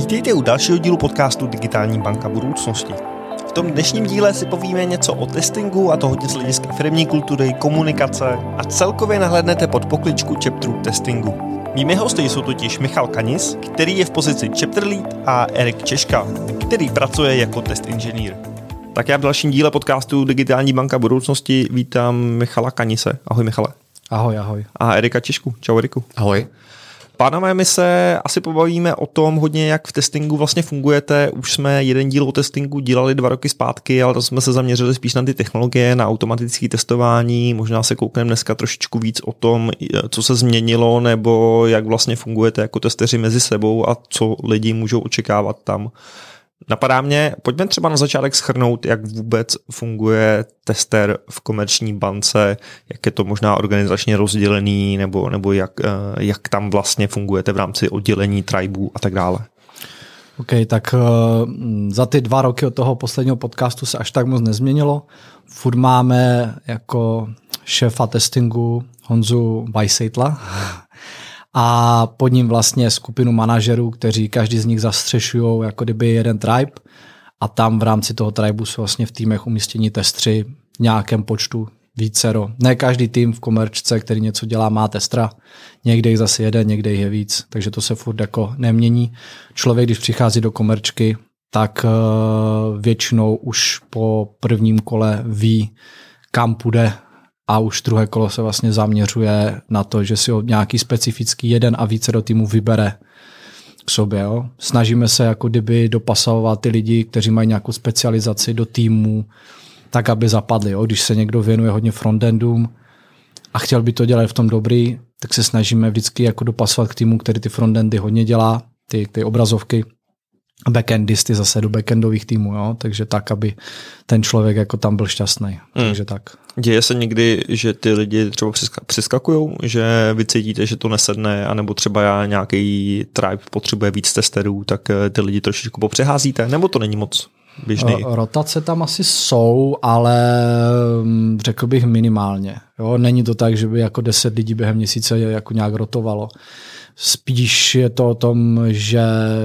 Vítejte u dalšího dílu podcastu Digitální banka budoucnosti. V tom dnešním díle si povíme něco o testingu, a to hodně z hlediska firemní kultury, komunikace a celkově nahlédnete pod pokličku chapteru testingu. Mými hosty jsou totiž Michal Kanis, který je v pozici chapter lead, a Erik Češka, který pracuje jako test inženýr. Tak já v dalším díle podcastu Digitální banka budoucnosti vítám Michala Kanise. Ahoj Michale. Ahoj, ahoj. A Erika Češku. Čau Eriku. Ahoj. Pánové, my se asi pobavíme o tom hodně, jak v testingu vlastně fungujete. Už jsme jeden díl o testingu dělali 2 roky zpátky, ale to jsme se zaměřili spíš na ty technologie, na automatické testování. Možná se koukneme dneska trošičku víc o tom, co se změnilo, nebo jak vlastně fungujete jako testeři mezi sebou a co lidi můžou očekávat tam. Napadá mě, pojďme třeba na začátek shrnout, jak vůbec funguje tester v komerční bance, jak je to možná organizačně rozdělený, nebo jak tam vlastně fungujete v rámci oddělení tribů a tak dále. OK, tak za ty 2 roky od toho posledního podcastu se až tak moc nezměnilo. Furt máme jako šéfa testingu Honzu Weisseitla a pod ním vlastně skupinu manažerů, kteří každý z nich zastřešují jako kdyby jeden tribe, a tam v rámci toho tribu jsou vlastně v týmech umístění testři v nějakém počtu vícero. Ne každý tým v komerčce, který něco dělá, má testra. Někde jich zase jeden, někde jich je víc, takže to se furt jako nemění. Člověk, když přichází do komerčky, tak většinou už po prvním kole ví, kam půjde, a už druhé kolo se vlastně zaměřuje na to, že si nějaký specifický jeden a více do týmu vybere k sobě. Jo. Snažíme se jako kdyby dopasovat ty lidi, kteří mají nějakou specializaci do týmu, tak, aby zapadli. Jo. Když se někdo věnuje hodně frontendům a chtěl by to dělat v tom dobrý, tak se snažíme vždycky jako dopasovat k týmu, který ty frontendy hodně dělá, ty obrazovky, backendisty zase do backendových týmů, jo? Takže tak, aby ten člověk jako tam byl šťastný. Takže tak. Děje se někdy, že ty lidi třeba přeskakujou, že vy cítíte, že to nesedne, anebo třeba nějaký tribe potřebuje víc testerů, tak ty lidi trošičku popřeházíte, nebo to není moc běžný? Rotace tam asi jsou, ale řekl bych minimálně. Jo? Není to tak, že by jako 10 lidí během měsíce jako nějak rotovalo. Spíš je to o tom, že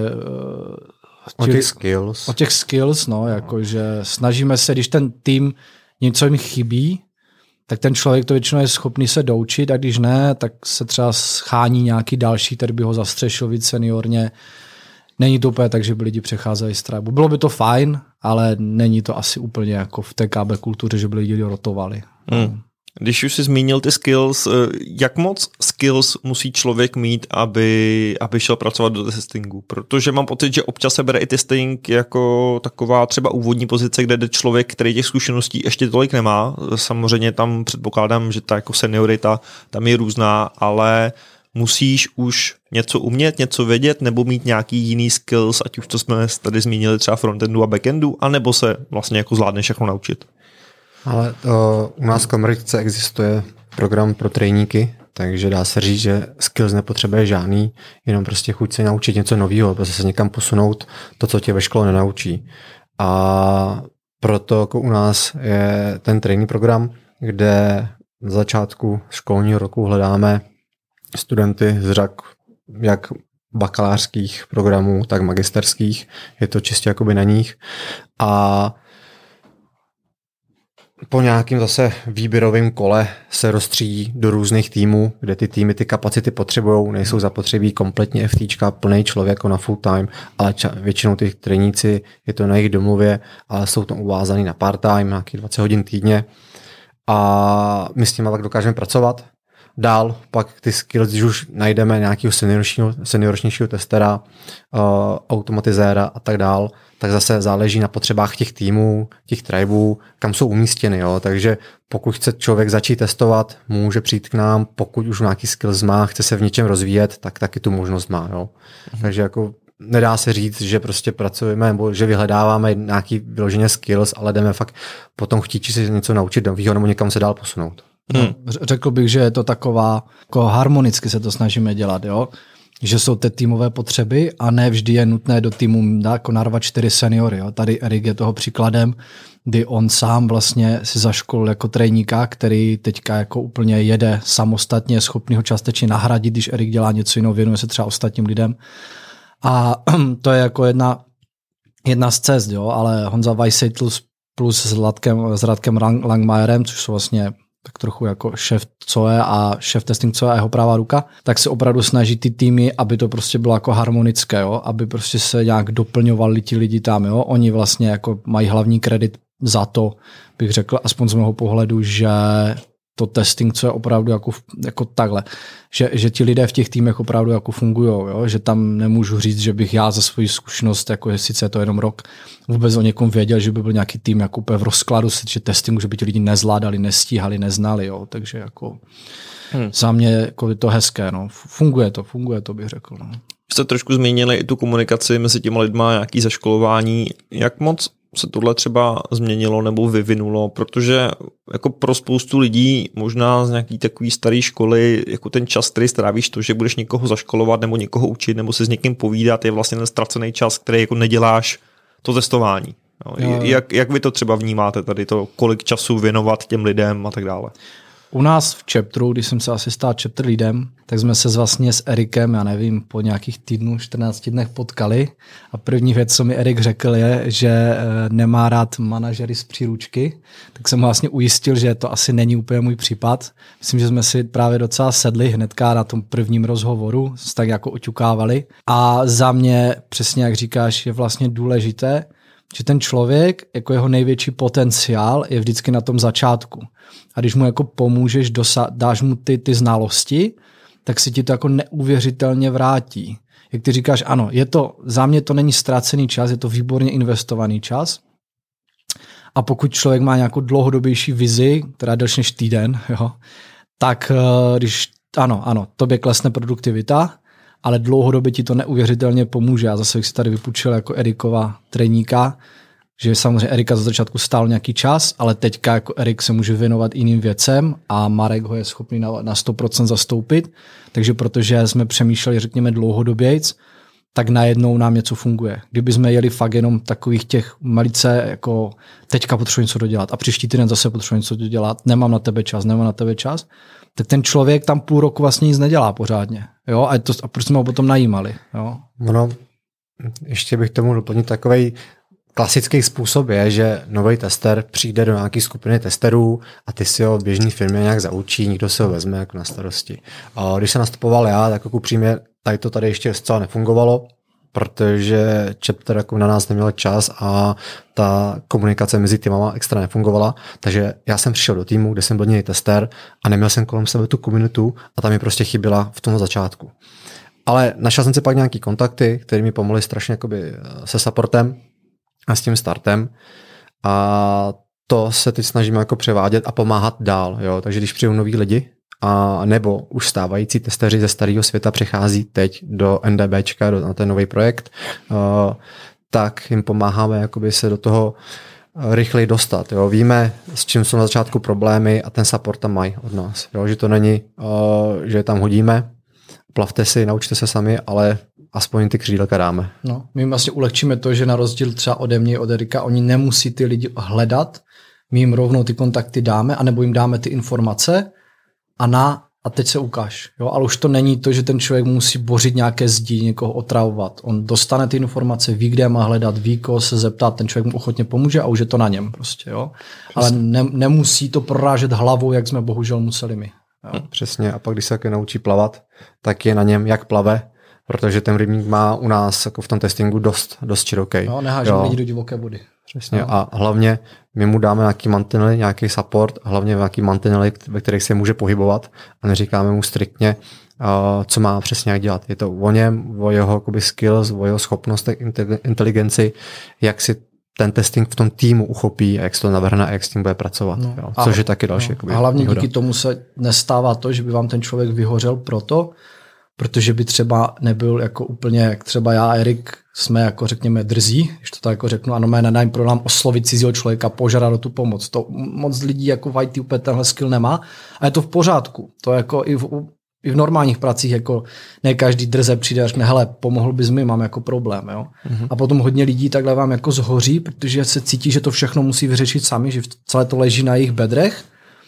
o těch skills, no, jakože snažíme se, když ten tým něco jim chybí, tak ten člověk to většinou je schopný se doučit, a když ne, tak se třeba schání nějaký další, který by ho zastřešil víc seniorně. Není to úplně tak, že by lidi přecházeli z tribu. Bylo by to fajn, ale není to asi úplně jako v té KB kultuře, že by lidi rotovali. Když už jsi zmínil ty skills, jak moc skills musí člověk mít, aby šel pracovat do testingu? Protože mám pocit, že občas se bere i testing jako taková třeba úvodní pozice, kde jde člověk, který těch zkušeností ještě tolik nemá. Samozřejmě tam předpokládám, že ta jako seniorita tam je různá, ale musíš už něco umět, něco vědět, nebo mít nějaký jiný skills, ať už to jsme tady zmínili třeba frontendu a backendu, anebo se vlastně jako zvládneš všechno naučit? Ale u nás v komerčce existuje program pro trainíky, takže dá se říct, že skills nepotřebuje žádný, jenom prostě chuť se naučit něco nového, prostě se někam posunout to, co tě ve škole nenaučí. A proto jako u nás je ten training program, kde na začátku školního roku hledáme studenty z řad jak bakalářských programů, tak magisterských. Je to čistě jakoby na nich. A po nějakým zase výběrovém kole se rozstřídí do různých týmů, kde ty týmy ty kapacity potřebujou, nejsou zapotřebí kompletně FTčka, plný člověk jako na full time, ale většinou ty treníci je to na jejich domluvě, ale jsou tam uvázaný na part time, nějaký 20 hodin týdně, a my s těma tak dokážeme pracovat. Dál pak ty skills, když už najdeme nějakého seniornějšího testera, automatizéra a tak dál, tak zase záleží na potřebách těch týmů, těch tribů, kam jsou umístěny. Jo. Takže pokud chce člověk začít testovat, může přijít k nám, pokud už nějaký skills má, chce se v něčem rozvíjet, tak taky tu možnost má. Jo. Takže jako nedá se říct, že prostě pracujeme nebo že vyhledáváme nějaký vyloženě skills, ale jdeme fakt potom chtít si něco naučit novýho nebo někam se dál posunout. Řekl bych, že je to taková, jako harmonicky se to snažíme dělat, jo? Že jsou ty týmové potřeby a ne vždy je nutné do týmu jako narvat 4 seniory. Jo? Tady Erik je toho příkladem, kdy on sám vlastně si zaškolil jako trainíka, který teďka jako úplně jede samostatně, schopný ho částečně nahradit, když Erik dělá něco jiného, věnuje se třeba ostatním lidem. A to je jako jedna z cest, jo, ale Honza Weisseitl plus s Radkem Langmajerem, což jsou vlastně tak trochu jako šéf COE a šéf testing COE a jeho pravá ruka, tak se opravdu snaží ty týmy, aby to prostě bylo jako harmonické, jo? Aby prostě se nějak doplňovali ti lidi tam. Jo? Oni vlastně jako mají hlavní kredit za to, bych řekl, aspoň z mého pohledu, že to testing, co je opravdu jako takhle, že ti lidé v těch týmech opravdu jako fungujou, jo? Že tam nemůžu říct, že bych já za svoji zkušenost, jako sice je to jenom rok, vůbec o někom věděl, že by byl nějaký tým jako úplně v rozkladu, že testingu, že by ti lidi nezvládali, nestíhali, neznali, jo? Takže jako za mě jako je to hezké, no. Funguje to, bych řekl. No. Jste trošku zmínili i tu komunikaci mezi těma lidma, nějaký zaškolování, jak moc se tohle třeba změnilo nebo vyvinulo, protože jako pro spoustu lidí možná z nějaký takový staré školy, jako ten čas, který strávíš to, že budeš někoho zaškolovat nebo někoho učit nebo se s někým povídat, je vlastně ten ztracený čas, který jako neděláš to testování. No, jak vy to třeba vnímáte tady to, kolik času věnovat těm lidem a tak dále? U nás v chapteru, když jsem se asi stal chapter leadem, tak jsme se vlastně s Erikem, já nevím, po nějakých 14 dnech potkali a první věc, co mi Erik řekl, je, že nemá rád manažery z příručky, tak jsem ho vlastně ujistil, že to asi není úplně můj případ. Myslím, že jsme si právě docela sedli hnedka na tom prvním rozhovoru, tak jako oťukávali a za mě, přesně jak říkáš, je vlastně důležité, že ten člověk, jako jeho největší potenciál je vždycky na tom začátku. A když mu jako pomůžeš, dáš mu ty znalosti, tak si ti to jako neuvěřitelně vrátí. Jak ty říkáš, ano, za mě to není ztracený čas, je to výborně investovaný čas. A pokud člověk má nějakou dlouhodobější vizi, která je delší než týden, jo, tak ano, tobě klesne produktivita, ale dlouhodobě ti to neuvěřitelně pomůže. Já zase bych si tady vypůjčil jako Erikova treníka, že samozřejmě Erika za začátku stál nějaký čas, ale teďka jako Erik se může věnovat jiným věcem a Marek ho je schopný na 100% zastoupit. Takže protože jsme přemýšleli, řekněme, dlouhodobějc, tak najednou nám něco funguje. Kdyby jsme jeli fakt jenom takových těch malice, jako teďka potřebuji něco dodělat a příští týden zase potřebuji něco dodělat, nemám na tebe čas, tak ten člověk tam půl roku vlastně nic nedělá pořádně. Jo? A proč jsme ho potom najímali? Jo? No, ještě bych tomu doplnil takovej klasický způsob je, že nový tester přijde do nějaké skupiny testerů a ty si ho v běžné firmě nějak zaučí, někdo si ho vezme jako na starosti. A když jsem nastupoval já, tak jako přímě tady ještě zcela nefungovalo, protože chapter jako na nás neměl čas a ta komunikace mezi týmama extra nefungovala, takže já jsem přišel do týmu, kde jsem byl jiný tester a neměl jsem kolem sebe tu komunitu a tam mi prostě chyběla v tom začátku. Ale našel jsem si pak nějaký kontakty, které mi pomohly strašně jakoby se supportem a s tím startem a to se teď snažíme jako převádět a pomáhat dál. Jo? Takže když přijdu noví lidi a nebo už stávající testeři ze starého světa přichází teď do NDBčka, na ten nový projekt, tak jim pomáháme jakoby se do toho rychleji dostat. Jo? Víme, s čím jsou na začátku problémy a ten support tam mají od nás. Jo? Že to není, že je tam hodíme, plavte si, naučte se sami, ale aspoň ty křídelka dáme. No, my vlastně ulehčíme to, že na rozdíl třeba ode mě, od Erika, oni nemusí ty lidi hledat, my jim rovnou ty kontakty dáme, anebo jim dáme ty informace a teď se ukáž. Jo? Ale už to není to, že ten člověk musí bořit nějaké zdi, někoho otravovat. On dostane ty informace, ví, kde má hledat, ví, koho se zeptat, ten člověk mu ochotně pomůže a už je to na něm prostě. Jo? Ale nemusí to prorážet hlavou, jak jsme bohužel museli my. Jo? Přesně. A pak, když se taky naučí plavat, tak je na něm, jak plave, protože ten rybník má u nás jako v tom testingu dost široký. No, nehážeme lidi do divoké vody. Přesně. No. A hlavně my mu dáme nějaký mantinely, nějaký support, hlavně nějaký mantinely, ve kterých se může pohybovat a neříkáme mu striktně, co má přesně jak dělat. Je to o něm, o jeho jakoby skills, o jeho schopnostech, inteligenci, jak si ten testing v tom týmu uchopí a jak se to navrhne a jak s tím bude pracovat. No. Jo. Což je taky další. A hlavně díky tomu se nestává to, že by vám ten člověk vyhořel protože by třeba nebyl jako úplně, jak třeba já a Erik jsme jako řekněme drzí, když to tak jako řeknu, ano, nenajím problém oslovit cizího člověka, požádat o tu pomoc. To moc lidí jako v IT úplně tenhle skill nemá a je to v pořádku. To jako i v normálních pracích jako ne každý drze přijde a řekne, hele, pomohl bys mi, mám jako problém. Jo? Mm-hmm. A potom hodně lidí takhle vám jako zhoří, protože se cítí, že to všechno musí vyřešit sami, že celé to leží na jejich bedrech.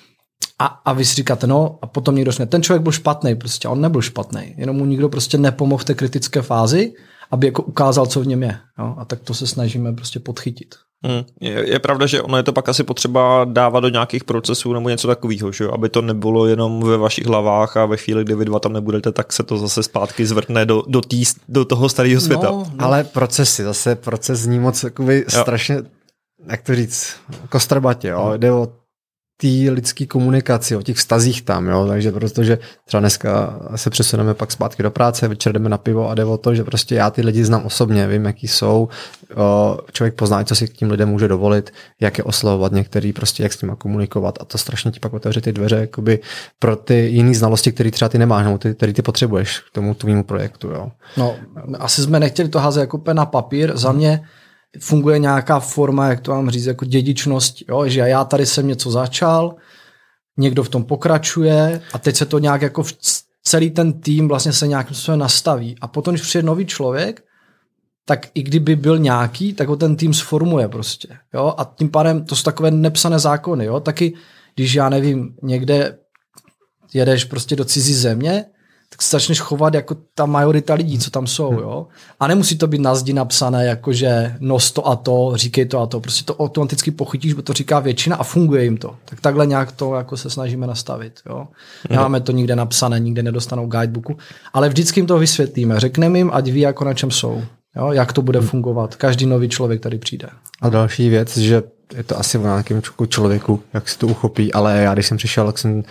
A vy si říkáte, no, a potom někdo řekne, ten člověk byl špatný, prostě on nebyl špatný, jenom mu nikdo prostě nepomohl v té kritické fázi aby jako ukázal, co v něm je. Jo? A tak to se snažíme prostě podchytit. Je pravda, že ono je to pak asi potřeba dávat do nějakých procesů nebo něco takového, že? Aby to nebylo jenom ve vašich hlavách a ve chvíli, kdy vy dva tam nebudete, tak se to zase zpátky zvrtne do toho starého světa. No. Ale procesy, zase proces zní moc strašně, jak to říct, kostrbatě, jo? Jde o té lidské komunikaci, o těch vztazích tam, jo, takže protože třeba dneska se přesuneme pak zpátky do práce, večer jdeme na pivo a jde o to, že prostě já ty lidi znám osobně, vím, jaký jsou, člověk pozná, co si k tím lidem může dovolit, jak je oslovovat některý, prostě jak s nimi komunikovat a to strašně ti pak otevře ty dveře jakoby pro ty jiné znalosti, které třeba ty nemáš, nebo které ty potřebuješ k tomu tvýmu projektu, jo. No, asi jsme nechtěli to házet jako pen na papír, za mě funguje nějaká forma, jak to mám říct, jako dědičnost, jo? Že já tady jsem něco začal, někdo v tom pokračuje a teď se to nějak jako celý ten tým vlastně se nějakým způsobem nastaví. A potom, když přijde nový člověk, tak i kdyby byl nějaký, tak ho ten tým sformuje prostě. Jo? A tím pádem to jsou takové nepsané zákony. Jo? Taky, když já nevím, někde jedeš prostě do cizí země, tak se začneš chovat jako ta majorita lidí, co tam jsou. Jo? A nemusí to být na zdi napsané, jakože nos to a to, říkej to a to. Prostě to automaticky pochytíš, bo to říká většina a funguje jim to. Tak takhle nějak to jako se snažíme nastavit. Jo? Nemáme to nikde napsané, nikde nedostanou guidebooku, ale vždycky jim to vysvětlíme. Řekneme jim, ať ví, jako na čem jsou. Jo? Jak to bude fungovat. Každý nový člověk tady přijde. A další věc, že je to asi o nějakém člověku, jak si to uchopí, ale já, když jsem přišel, tak jsem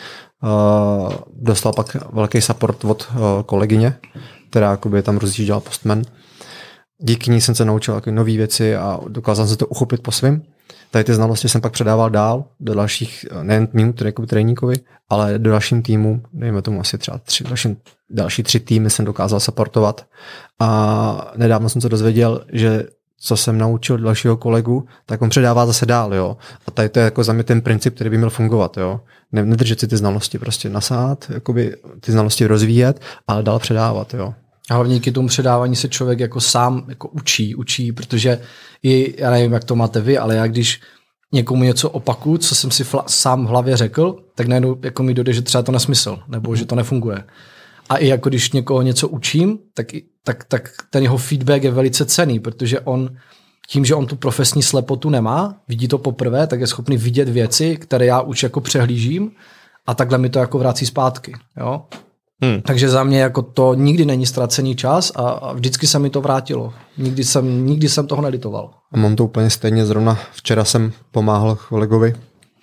dostal pak velký support od kolegyně, která tam rozjížděla postman. Díky ní jsem se naučil nové věci a dokázal jsem to uchopit po svým. Tady ty znalosti jsem pak předával dál do dalších, nejen mým tréninkovi, ale do dalším týmu, dejme tomu asi třeba další 3 týmy jsem dokázal supportovat. A nedávno jsem se dozvěděl, že co jsem naučil dalšího kolegu, tak on předává zase dál, jo. A tady to je jako za mě ten princip, který by měl fungovat, jo. Nedržet si ty znalosti prostě nasát, jakoby ty znalosti rozvíjet, ale dál předávat, jo. A hlavně díky tomu předávání se člověk jako sám jako učí, protože já nevím, jak to máte vy, ale já když někomu něco opakuju, co jsem si sám v hlavě řekl, tak najednou jako mi dojde, že třeba to nesmysl, nebo že to nefunguje. A i jako když někoho něco učím, tak ten jeho feedback je velice cenný, protože on tím, že on tu profesní slepotu nemá, vidí to poprvé, tak je schopný vidět věci, které já už jako přehlížím a takhle mi to jako vrací zpátky. Jo? Takže za mě jako to nikdy není ztracený čas a vždycky se mi to vrátilo. Nikdy jsem toho nelitoval. A mám to úplně stejně, zrovna včera jsem pomáhal kolegovi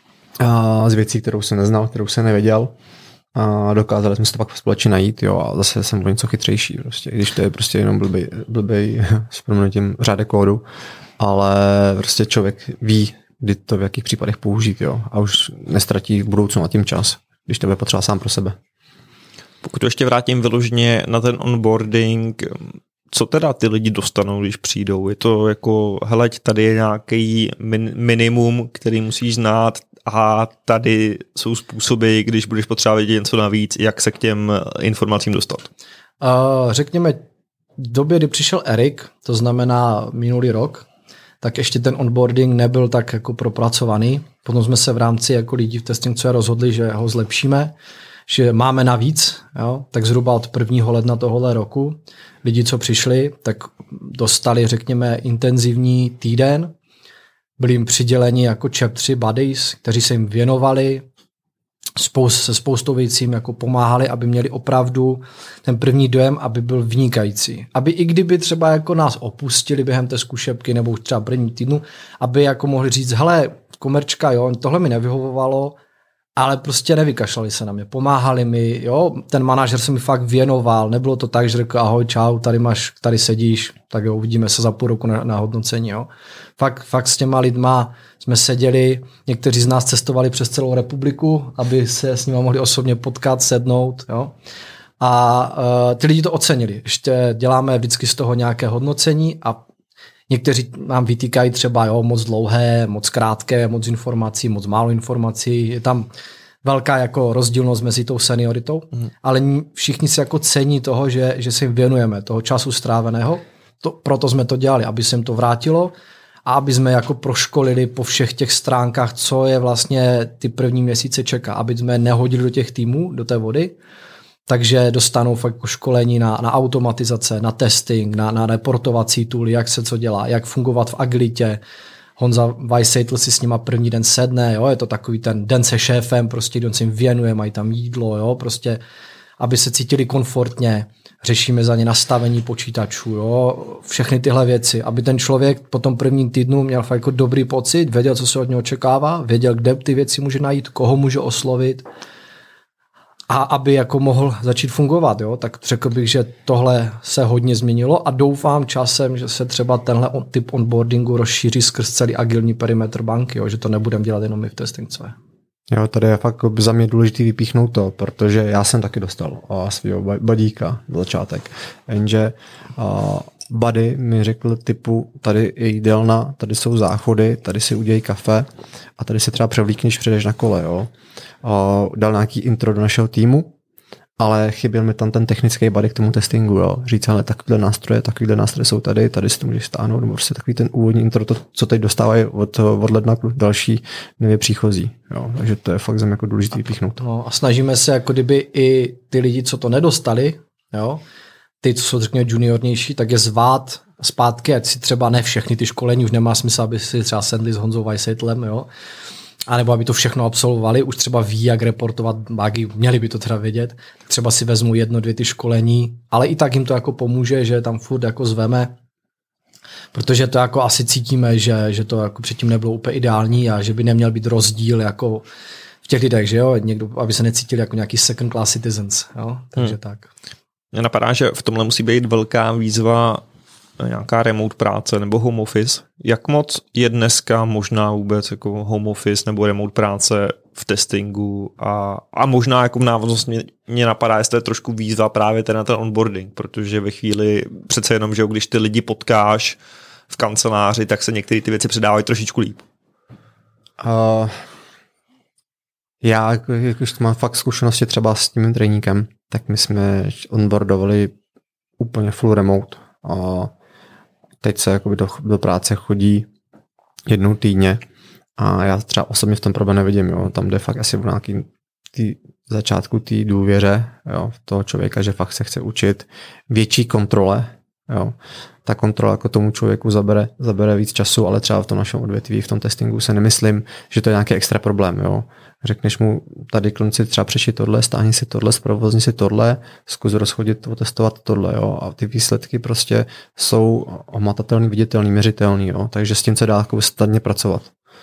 z věcí, kterou jsem neznal, kterou jsem nevěděl. A dokázali jsme se to pak společně najít, jo, a zase jsem o něco chytřejší, prostě, když to je prostě jenom blbej s proměnutím řádek kódu, ale prostě člověk ví, kdy to v jakých případech použít, jo, a už nestratí v budoucnu na tím čas, když to bude potřeba sám pro sebe. Pokud to ještě vrátím vyloženě na ten onboarding, co teda ty lidi dostanou, když přijdou? Je to jako, heleď, tady je nějaký minimum, který musíš znát, a tady jsou způsoby, když budeš potřebovat vědět něco navíc, jak se k těm informacím dostat? Řekněme, v době, kdy přišel Erik, to znamená minulý rok, tak ještě ten onboarding nebyl tak jako propracovaný. Potom jsme se v rámci jako lidí v testingu rozhodli, že ho zlepšíme, že máme navíc, jo? Tak zhruba od 1. ledna tohohle roku lidi, co přišli, tak dostali, řekněme, intenzivní týden. Byli jim přiděleni jako chapteri buddies, kteří se jim věnovali, se spoustou věcím jako pomáhali, aby měli opravdu ten první dojem, aby byl vynikající. Aby i kdyby třeba jako nás opustili během té zkušebky nebo třeba první týdnu, aby jako mohli říct, hele, komerčka, jo, tohle mi nevyhovovalo, ale prostě nevykašlali se na mě, pomáhali mi, jo, ten manažer se mi fakt věnoval, nebylo to tak, že řekl ahoj, čau, tady sedíš, tak jo, uvidíme se za půl roku na hodnocení, jo. Fakt s těma lidma jsme seděli, někteří z nás cestovali přes celou republiku, aby se s nimi mohli osobně potkat, sednout, jo. A ty lidi to ocenili, ještě děláme vždycky z toho nějaké hodnocení a někteří nám vytýkají třeba jo, moc dlouhé, moc krátké, moc informací, moc málo informací. Je tam velká jako rozdílnost mezi tou senioritou, ale všichni si jako cení toho, že se jim věnujeme, toho času stráveného. Proto jsme to dělali, aby se jim to vrátilo a aby jsme jako proškolili po všech těch stránkách, co je vlastně ty první měsíce čeká, aby jsme nehodili do těch týmů, do té vody. takže dostanou fakt jako školení na automatizace, na testing, na reportovací tooly, jak se co dělá, jak fungovat v agilitě. Honza Weisseitl si s nima první den sedne, jo, je to takový ten den se šéfem, prostě on se jim věnuje, mají tam jídlo, jo, prostě, aby se cítili komfortně, řešíme za ně nastavení počítačů, jo, všechny tyhle věci, aby ten člověk po tom prvním týdnu měl fakt jako dobrý pocit, věděl, co se od něho očekává, věděl, kde ty věci může najít, koho může oslovit a aby jako mohl začít fungovat, jo, tak řekl bych, že tohle se hodně změnilo a doufám časem, že se třeba tenhle typ onboardingu rozšíří skrz celý agilní perimetr banky, jo, že to nebudeme dělat jenom my v Testing CE. Jo, tady je fakt za mě důležité vypíchnout to, protože já jsem taky dostal svýho budíka do začátek. Jenže buddy mi řekl typu, tady je jídelna, tady jsou záchody, tady si udělej kafe a tady si třeba převlíkneš, přijdeš na kole. Jo. Dal nějaký intro do našeho týmu, ale chyběl mi tam ten technický buddy k tomu testingu. Jo. Říct, ale takovýhle nástroje jsou tady si to můžeš stáhnout, nebo prostě takový ten úvodní intro, to, co teď dostávají od ledna další nově příchozí. Jo. Takže to je fakt jako důležité vypíchnout. No, a snažíme se, jako kdyby i ty lidi, co to nedostali, jo, ty, co jsou řekněme juniornější, tak je zvát zpátky, ať si třeba ne všechny ty školení, už nemá smysl, aby si třeba sedli s Honzou Weisseitlem, jo, anebo aby to všechno absolvovali, už třeba ví, jak reportovat bugy, měli by to teda vědět, třeba si vezmu 1-2 ty školení, ale i tak jim to jako pomůže, že tam furt jako zveme, protože to jako asi cítíme, že to jako předtím nebylo úplně ideální a že by neměl být rozdíl jako v těch lidech, že jo, někdo, aby se necítili jako nějaký second class citizens, jo, takže tak. Mně napadá, že v tomhle musí být velká výzva nějaká remote práce nebo home office. Jak moc je dneska možná vůbec jako home office nebo remote práce v testingu a možná jako v návaznost mě napadá, jestli to je trošku výzva právě ten na ten onboarding, protože ve chvíli přece jenom, že když ty lidi potkáš v kanceláři, tak se některé ty věci předávají trošičku líp. Já, když mám fakt zkušenosti třeba s tím tréninkem, tak my jsme onboardovali úplně full remote a teď se jakoby do práce chodí jednou týdně a já třeba osobně v tom problém nevidím, jo. Tam jde fakt asi v nějaký začátku té důvěře, jo, toho člověka, že fakt se chce učit, větší kontrole, jo. Ta kontrola jako tomu člověku zabere víc času, ale třeba v tom našem odvětví, v tom testingu se nemyslím, že to je nějaký extra problém, jo. Řekneš mu, tady klunci třeba přešli tohle, stáhni si tohle, zprovozni si tohle, zkus rozchodit, otestovat tohle, jo. A ty výsledky prostě jsou hmatatelný, viditelný, měřitelný, jo. Takže s tím se dá jako snadně pracovat.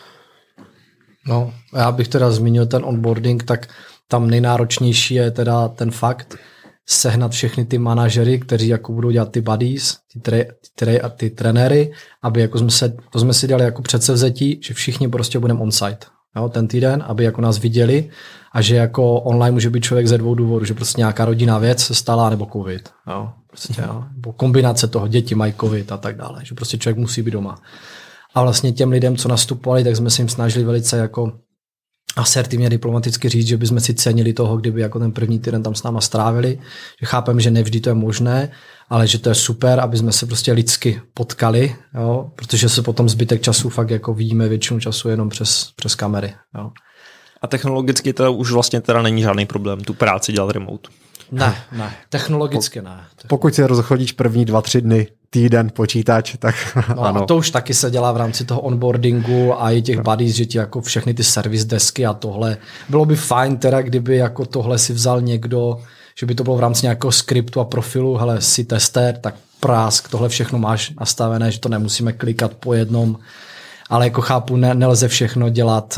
No, já bych teda zmínil ten onboarding, tak tam nejnáročnější je teda ten fakt sehnat všechny ty manažery, kteří jako budou dělat ty buddies, ty trenéry, aby jako jsme si dali jako předsevzetí, že všichni prostě budeme on-site. Jo, ten týden, aby jako nás viděli a že jako online může být člověk ze 2 důvodů, že prostě nějaká rodinná věc se stala nebo covid. Jo, prostě, jo, nebo kombinace toho, děti mají covid a tak dále, že prostě člověk musí být doma. A vlastně těm lidem, co nastupovali, tak jsme se jim snažili velice jako asertivně diplomaticky říct, že bychom si cenili toho, kdyby jako ten první týden tam s náma strávili, že chápem, že nevždy to je možné, ale že to je super, aby jsme se prostě lidsky potkali, jo, protože se potom zbytek času fakt jako vidíme většinu času jenom přes kamery. Jo. A technologicky to už vlastně teda není žádný problém, tu práci dělat remote. Ne, technologicky ne. Pokud se rozchodíš první 2-3 dny, týden, počítač, tak no, ano. A to už taky se dělá v rámci toho onboardingu a i těch buddies, že ti jako všechny ty service desky a tohle. Bylo by fajn teda, kdyby jako tohle si vzal někdo, že by to bylo v rámci nějakého skriptu a profilu, hele, jsi tester, tak prásk, tohle všechno máš nastavené, že to nemusíme klikat po jednom, ale jako chápu, nelze všechno dělat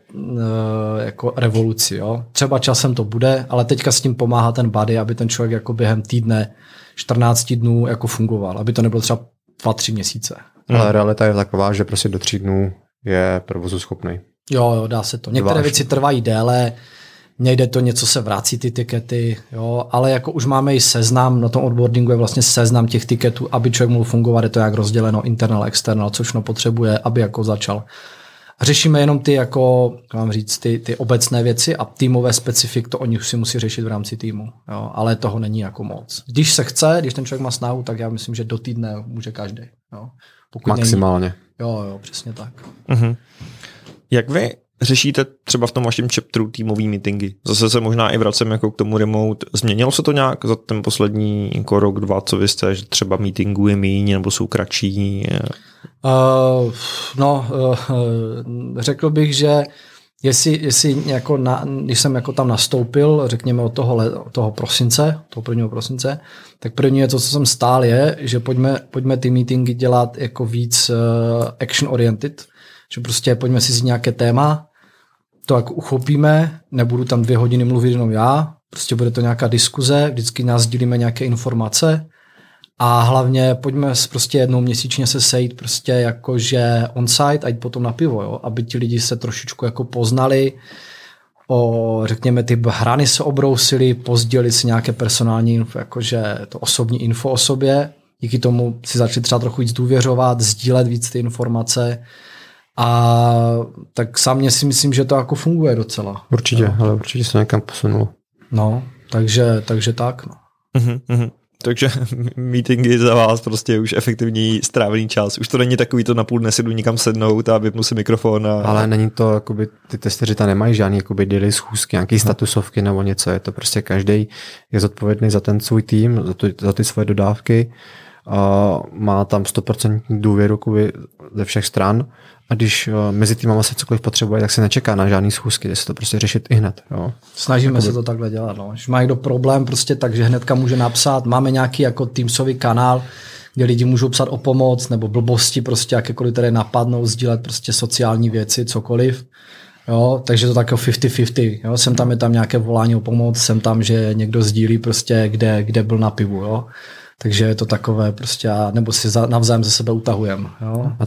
jako revoluci. Jo? Třeba časem to bude, ale teďka s tím pomáhá ten buddy, aby ten člověk jako během týdne 14 dnů jako fungoval, aby to nebylo třeba 2-3 měsíce. Ale realita je taková, že prostě do 3 dnů je provozu schopný. Jo, dá se to. Některé věci trvají déle, někde to něco se vrací ty tikety, jo, ale jako už máme i seznam, na tom onboardingu je vlastně seznam těch tiketů, aby člověk mohl fungovat, je to jak rozděleno internal, external, co všechno potřebuje, aby jako začal. Řešíme jenom ty, jako, mám říct, ty obecné věci a týmové specifik, to oni si musí řešit v rámci týmu, jo, ale toho není jako moc. Když se chce, když ten člověk má snahu, tak já myslím, že do týdne může každý. Jo. Pokud maximálně. Není, jo, přesně tak. Mhm. Jak vy řešíte třeba v tom vašem chapteru týmový meetingy? Zase se možná i vracím jako k tomu remote. Změnilo se to nějak za ten poslední jako rok, dva, co vy jste, že třeba meetingů je míň nebo jsou kratší? Řekl bych, že jestli jako když jsem jako tam nastoupil, řekněme od toho prosince, toho 1. prosince, tak první je to, co jsem stál, je, že pojďme ty meetingy dělat jako víc action oriented, že prostě pojďme si nějaké téma, to jako uchopíme, nebudu tam 2 hodiny mluvit jenom já, prostě bude to nějaká diskuze, vždycky nás sdílíme nějaké informace a hlavně pojďme prostě jednou měsíčně se sejít prostě jakože on-site a jít potom na pivo, jo? Aby ti lidi se trošičku jako poznali, řekněme ty hrany se obrousili, pozdělili si nějaké personální info, jakože to osobní info o sobě, díky tomu si začali třeba trochu víc důvěřovat, sdílet víc ty informace. A tak sám si myslím, že to jako funguje docela. Určitě, no. Ale určitě se někam posunulo. No, takže tak. No. Takže meetingy za vás prostě už efektivní strávený čas. Už to není takový to na půl dne si jdu někam sednout a vypnu si mikrofon. Ale není to, jakoby, ty testeři tam nemají žádný jakoby daily schůzky, nějaký statusovky nebo něco. Je to prostě každý je zodpovědný za ten svůj tým, za ty svoje dodávky. A má tam 100% důvěru ze všech stran. A když mezi týmama se cokoliv potřebuje, tak se nečeká na žádný schůzky, jde se to prostě řešit i hned. Jo. Snažíme se to takhle dělat. No. Když má někdo problém, prostě takže hnedka může napsat. Máme nějaký jako Teamsový kanál, kde lidi můžou psat o pomoc nebo blbosti, prostě jakékoliv tady napadnou, sdílet prostě sociální věci, cokoliv. Jo, takže to takové 50-50. Jo. Sem tam je tam nějaké volání o pomoc, sem tam, že někdo sdílí prostě, kde byl na pivu. Jo. Takže je to takové prostě, nebo si navzájem ze sebe utahujeme. A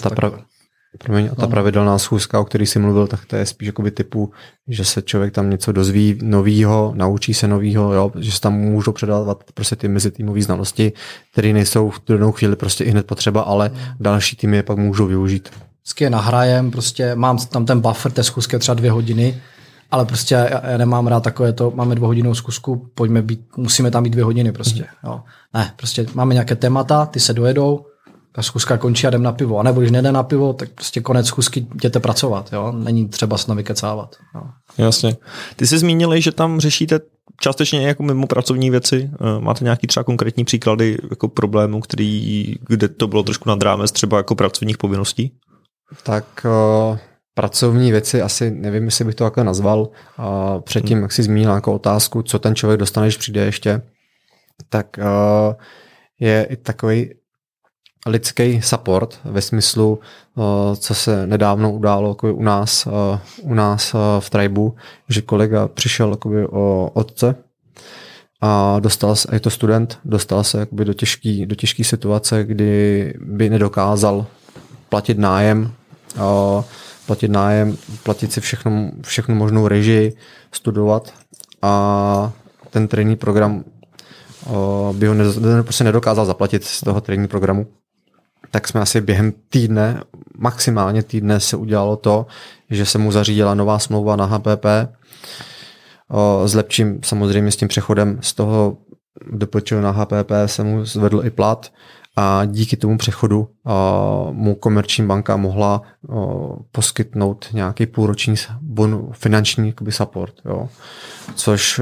ta pravidelná schůzka, o který jsi mluvil, tak to je spíš jakoby typu, že se člověk tam něco dozví novýho, naučí se novýho, jo, že se tam můžou předávat prostě ty mezitýmové znalosti, které nejsou v tu danou chvíli prostě i hned potřeba, ale další týmy je pak můžou využít. Vždycky je nahrajem, prostě mám tam ten buffer té schůzky třeba 2 hodiny, ale prostě já nemám rád takové to, máme 2hodinovou schůzku, musíme tam být 2 hodiny prostě. Jo. Ne, prostě máme nějaké témata, ty se dojedou, ta schůzka končí a jdem na pivo. A nebo když nejde na pivo, tak prostě konec schůzky jděte pracovat. Jo? Není třeba se tam vykecávat. Jo. Jasně. Ty jsi zmínili, že tam řešíte částečně jako mimo pracovní věci. Máte nějaký třeba konkrétní příklady jako problémů, kde to bylo trošku nad rámec třeba jako pracovních povinností? Tak pracovní věci asi nevím, jestli bych to jako nazval. Předtím, jak jsi zmínil jako otázku, co ten člověk dostane, když přijde ještě, tak je i takový lidský support ve smyslu, co se nedávno událo jako u nás v Tribu, že kolega přišel o otce a je to student, dostal se do těžké situace, kdy by nedokázal platit nájem, platit si všechnu možnou režii, studovat a ten tréninkový program by ho prostě nedokázal zaplatit z toho tréninkového programu. Tak jsme asi během týdne, maximálně týdne se udělalo to, že se mu zařídila nová smlouva na HPP. S lepším samozřejmě s tím přechodem z toho DPČ na HPP se mu zvedl i plat a díky tomu přechodu mu komerční banka mohla poskytnout nějaký půlroční finanční support. Jo. Což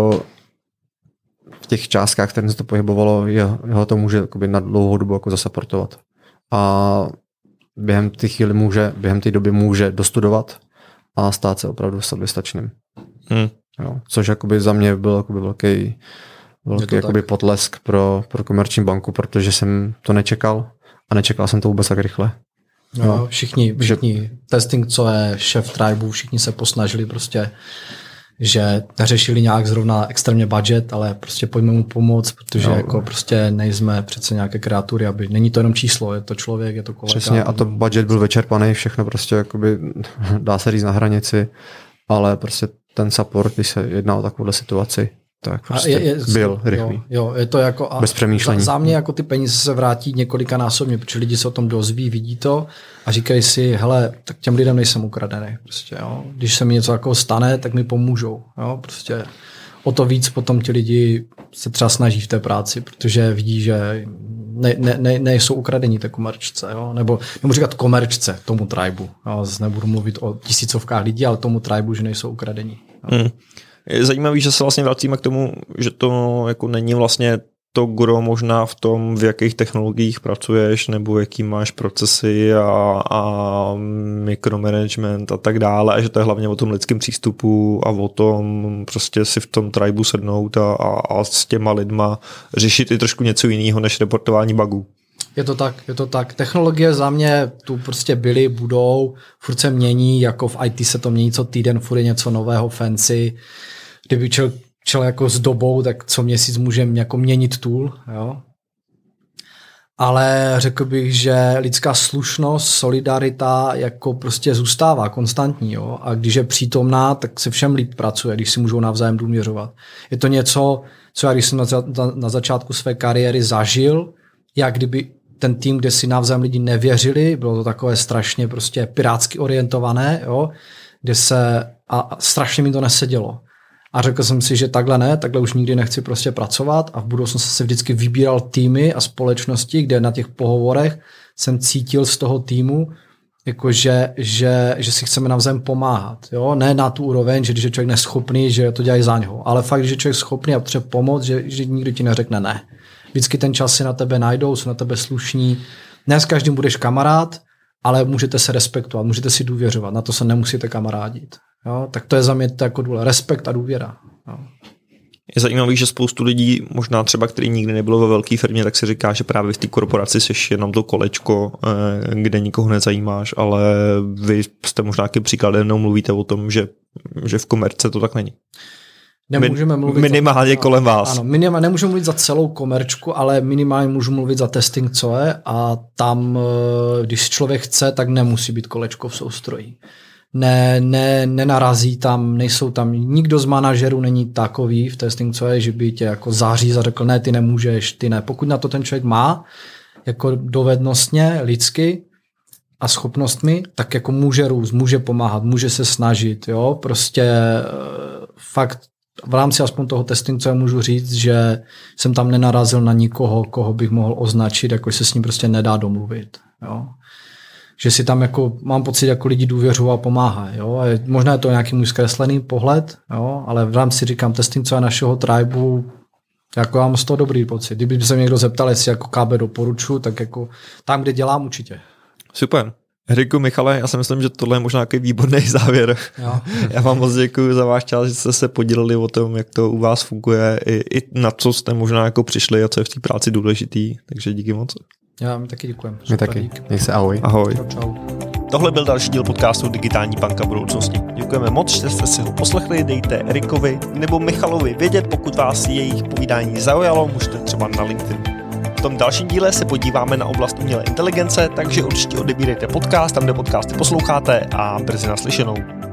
v těch částkách, které se to pohybovalo, jeho to může na dlouhou dobu jako zasupportovat. A během té doby může dostudovat a stát se opravdu soběstačným. Jo, což za mě byl velký potlesk pro komerční banku, protože jsem to nečekal a nečekal jsem to vůbec tak rychle. No, všichni testing, co je šéf Tribu, všichni se posnažili prostě, že neřešili nějak zrovna extrémně budget, ale prostě pojďme mu pomoct, protože jako prostě nejsme přece nějaké kreatury, aby není to jenom číslo, je to člověk, je to kolega. Přesně, a to budget byl vyčerpaný, všechno prostě dá se říct na hranici, ale prostě ten support, když se jedná o takovouhle situaci, tak prostě byl rychlý. Jo, je to jako bez přemýšlení. Za mě jako ty peníze se vrátí několikanásobně, protože lidi se o tom dozví, vidí to a říkají si, hele, tak těm lidem nejsem ukradený. Prostě, jo. Když se mi něco jako stane, tak mi pomůžou. Jo. Prostě o to víc potom ti lidi se třeba snaží v té práci, protože vidí, že nejsou ukradení té komerčce, jo? Nebo nemůžu říkat komerčce tomu tribu. Jo? Zase nebudu mluvit o tisícovkách lidí, ale tomu tribu, že nejsou ukradení. Je zajímavý, že se vlastně vracíme k tomu, že to jako není vlastně to gro možná v tom, v jakých technologiích pracuješ, nebo jaký máš procesy a mikromanagement a tak dále, a že to je hlavně o tom lidském přístupu a o tom prostě si v tom tribu sednout a s těma lidma řešit i trošku něco jiného než reportování bugů. Je to tak. Technologie za mě tu prostě byly, budou, furt se mění, jako v IT se to mění co týden, furt je něco nového, fancy. Kdyby čel jako s dobou, tak co měsíc můžeme jako měnit tool, jo. Ale řekl bych, že lidská slušnost, solidarita jako prostě zůstává konstantní, jo. A když je přítomná, tak se všem líp pracuje, když si můžou navzájem důvěřovat. Je to něco, co já když jsem na začátku své kariéry zažil, jak kdyby ten tým, kde si navzájem lidi nevěřili, bylo to takové strašně prostě pirátsky orientované, jo, kde se a strašně mi to nesedělo. A řekl jsem si, že takhle už nikdy nechci prostě pracovat a v budoucnu jsem se vždycky vybíral týmy a společnosti, kde na těch pohovorech jsem cítil z toho týmu, jako že si chceme navzájem pomáhat. Jo? Ne na tu úroveň, že když je člověk neschopný, že to dělají za něho, ale fakt, když je člověk schopný a potřebuje pomoct, že nikdo ti neřekne ne. Vždycky ten čas si na tebe najdou, jsou na tebe slušní. Ne s každým budeš kamarád, ale můžete se respektovat, můžete si důvěřovat, na to se nemusíte kamarádit. Jo, tak to je za mě jako důležité. Respekt a důvěra. Jo. Je zajímavý, že spoustu lidí, možná třeba, který nikdy nebylo ve velké firmě, tak si říká, že právě v té korporaci jsi jenom to kolečko, kde nikoho nezajímáš, ale vy jste možná nějakým příkladem mluvíte o tom, že v komerce to tak není. Nemůžeme mluvit minimálně kolem vás. Ano, nemůžu mluvit za celou komerčku, ale minimálně můžu mluvit za testing, co je, a tam, když člověk chce, tak nemusí být kolečko v soustroji. Nenarazí tam, nejsou tam, nikdo z manažerů není takový v testing, co je, že by tě jako září a řekl, ne, ty nemůžeš, ty ne. Pokud na to ten člověk má, jako dovednostně, lidsky a schopnostmi, tak jako může růst, může pomáhat, může se snažit, jo, prostě fakt v rámci aspoň toho testingu, co já můžu říct, že jsem tam nenarazil na nikoho, koho bych mohl označit, jako se s ním prostě nedá domluvit, jo. Že si tam jako, mám pocit, jako lidi důvěřují a pomáhají. Jo? A možná je to nějaký můj zkreslený pohled, jo? Ale v rámci, říkám, testing, co je našeho tribu, jako já mám z toho dobrý pocit. Kdyby se mě někdo zeptal, jestli jako KB doporučuji, tak jako tam, kde dělám, určitě. Super. Henriku, Michale, já si myslím, že tohle je možná nějaký výborný závěr. Jo. Já vám moc děkuji za váš čas, že jste se podělili o tom, jak to u vás funguje, i na co jste možná jako přišli a co je v té práci důležitý. Takže díky moc. Já mi taky děkujem. My taky. Měj se, ahoj. Ahoj. Čau. Tohle byl další díl podcastu Digitální banka budoucnosti. Děkujeme moc, že jste si ho poslechli, dejte Erikovi nebo Michalovi vědět, pokud vás jejich povídání zaujalo, můžete třeba na LinkedIn. V tom dalším díle se podíváme na oblast umělé inteligence, takže určitě odebírejte podcast, tam kde podcasty posloucháte, a brzy naslyšenou.